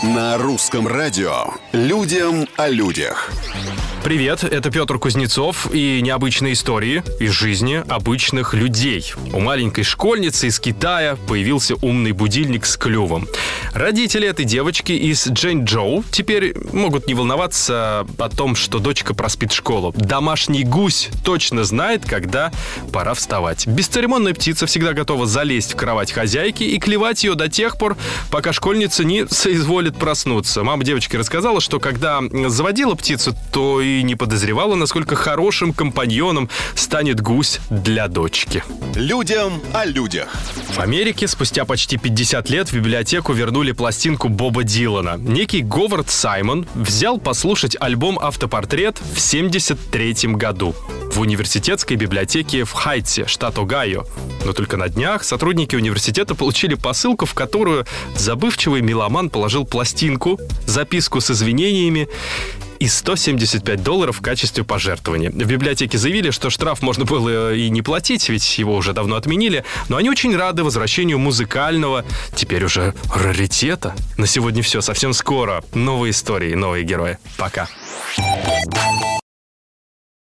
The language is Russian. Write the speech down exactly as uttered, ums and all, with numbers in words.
На русском радио «Людям о людях». Привет, это Петр Кузнецов и необычные истории из жизни обычных людей. У маленькой школьницы из Китая появился умный будильник с клювом. Родители этой девочки из Чжэньчжоу теперь могут не волноваться о том, что дочка проспит школу. Домашний гусь точно знает, когда пора вставать. Бесцеремонная птица всегда готова залезть в кровать хозяйки и клевать ее до тех пор, пока школьница не соизволит проснуться. Мама девочки рассказала, что когда заводила птицу, то и не подозревала, насколько хорошим компаньоном станет гусь для дочки. Людям о людях. В Америке спустя почти пятьдесят лет в библиотеку вернули пластинку Боба Дилана. Некий Говард Саймон взял послушать альбом «Автопортрет» в семьдесят третьем году в университетской библиотеке в Хайтсе, штат Огайо. Но только на днях сотрудники университета получили посылку, в которую забывчивый меломан положил пластинку, записку с извинениями и сто семьдесят пять долларов в качестве пожертвования. В библиотеке заявили, что штраф можно было и не платить, ведь его уже давно отменили, но они очень рады возвращению музыкального, теперь уже раритета. На сегодня все, совсем скоро. Новые истории, новые герои. Пока.